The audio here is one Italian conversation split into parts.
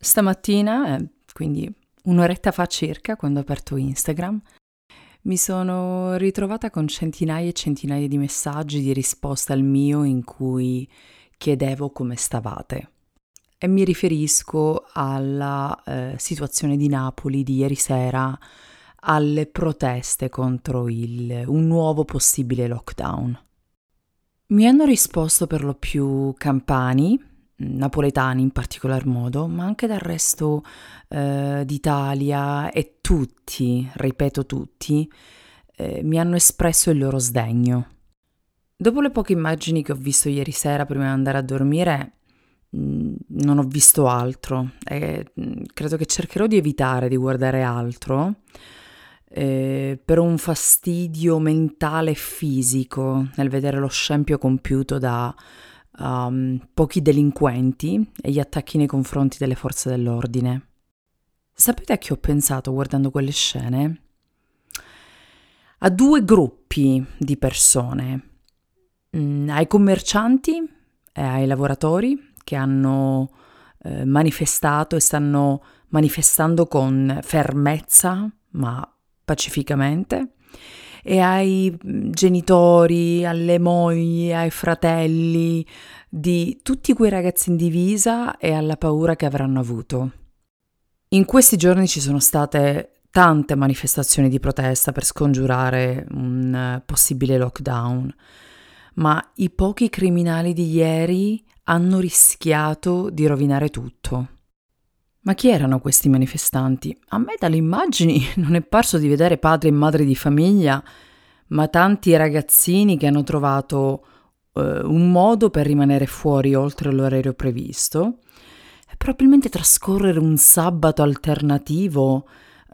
Stamattina, quindi un'oretta fa circa, quando ho aperto Instagram, mi sono ritrovata con centinaia e centinaia di messaggi di risposta al mio in cui chiedevo come stavate. E mi riferisco alla situazione di Napoli di ieri sera, alle proteste contro un nuovo possibile lockdown. Mi hanno risposto per lo più campani, napoletani in particolar modo, ma anche dal resto d'Italia, e tutti, ripeto tutti, mi hanno espresso il loro sdegno. Dopo le poche immagini che ho visto ieri sera prima di andare a dormire, non ho visto altro e credo che cercherò di evitare di guardare altro per un fastidio mentale e fisico nel vedere lo scempio compiuto da pochi delinquenti e gli attacchi nei confronti delle forze dell'ordine. Sapete a chi ho pensato guardando quelle scene? A due gruppi di persone, ai commercianti e ai lavoratori che hanno manifestato e stanno manifestando con fermezza, ma pacificamente, e ai genitori, alle mogli, ai fratelli di tutti quei ragazzi in divisa e alla paura che avranno avuto. In questi giorni ci sono state tante manifestazioni di protesta per scongiurare un possibile lockdown, ma i pochi criminali di ieri hanno rischiato di rovinare tutto. Ma chi erano questi manifestanti? A me dalle immagini non è parso di vedere padri e madri di famiglia, ma tanti ragazzini che hanno trovato un modo per rimanere fuori oltre l'orario previsto e probabilmente trascorrere un sabato alternativo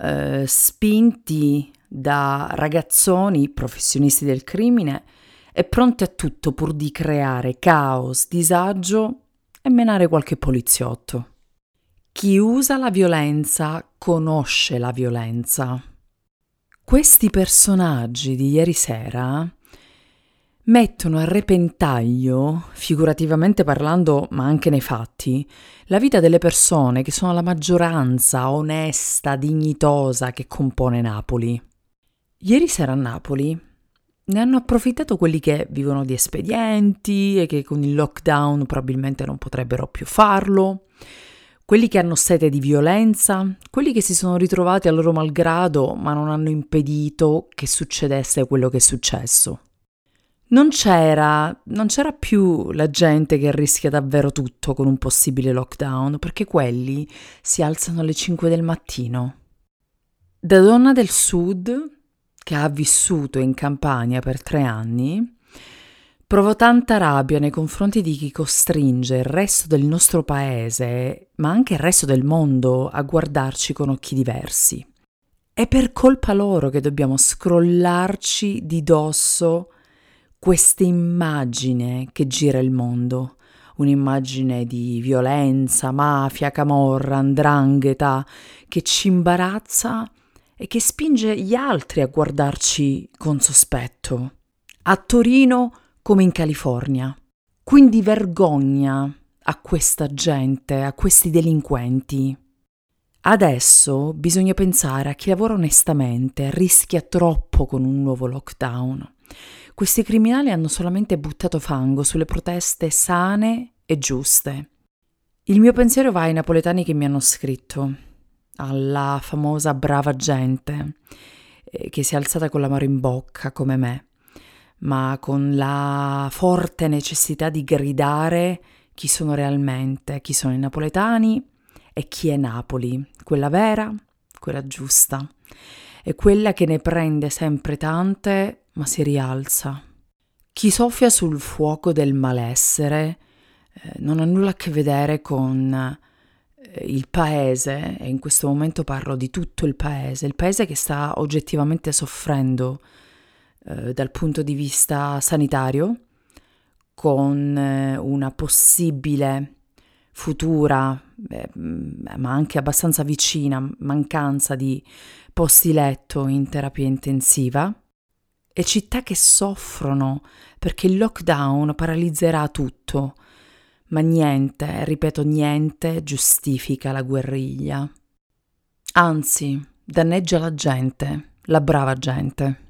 spinti da ragazzoni professionisti del crimine e pronti a tutto pur di creare caos, disagio e menare qualche poliziotto. Chi usa la violenza conosce la violenza. Questi personaggi di ieri sera mettono a repentaglio, figurativamente parlando, ma anche nei fatti, la vita delle persone che sono la maggioranza onesta, dignitosa che compone Napoli. Ieri sera a Napoli ne hanno approfittato quelli che vivono di espedienti e che con il lockdown probabilmente non potrebbero più farlo, quelli che hanno sete di violenza, quelli che si sono ritrovati a loro malgrado ma non hanno impedito che succedesse quello che è successo. Non c'era più la gente che rischia davvero tutto con un possibile lockdown, perché quelli si alzano alle 5 del mattino. Da donna del sud, che ha vissuto in Campania per 3 anni, provo tanta rabbia nei confronti di chi costringe il resto del nostro paese, ma anche il resto del mondo, a guardarci con occhi diversi. È per colpa loro che dobbiamo scrollarci di dosso questa immagine che gira il mondo, un'immagine di violenza, mafia, camorra, 'ndrangheta, che ci imbarazza e che spinge gli altri a guardarci con sospetto. A Torino come in California. Quindi vergogna a questa gente, a questi delinquenti. Adesso bisogna pensare a chi lavora onestamente, rischia troppo con un nuovo lockdown. Questi criminali hanno solamente buttato fango sulle proteste sane e giuste. Il mio pensiero va ai napoletani che mi hanno scritto, alla famosa brava gente che si è alzata con l'amaro in bocca come me, ma con la forte necessità di gridare chi sono realmente, chi sono i napoletani e chi è Napoli, quella vera, quella giusta, e quella che ne prende sempre tante ma si rialza. Chi soffia sul fuoco del malessere non ha nulla a che vedere con il paese, e in questo momento parlo di tutto il paese che sta oggettivamente soffrendo dal punto di vista sanitario, con una possibile futura, ma anche abbastanza vicina, mancanza di posti letto in terapia intensiva, e città che soffrono perché il lockdown paralizzerà tutto, Ma niente, ripeto niente, giustifica la guerriglia. Anzi, danneggia la gente, la brava gente.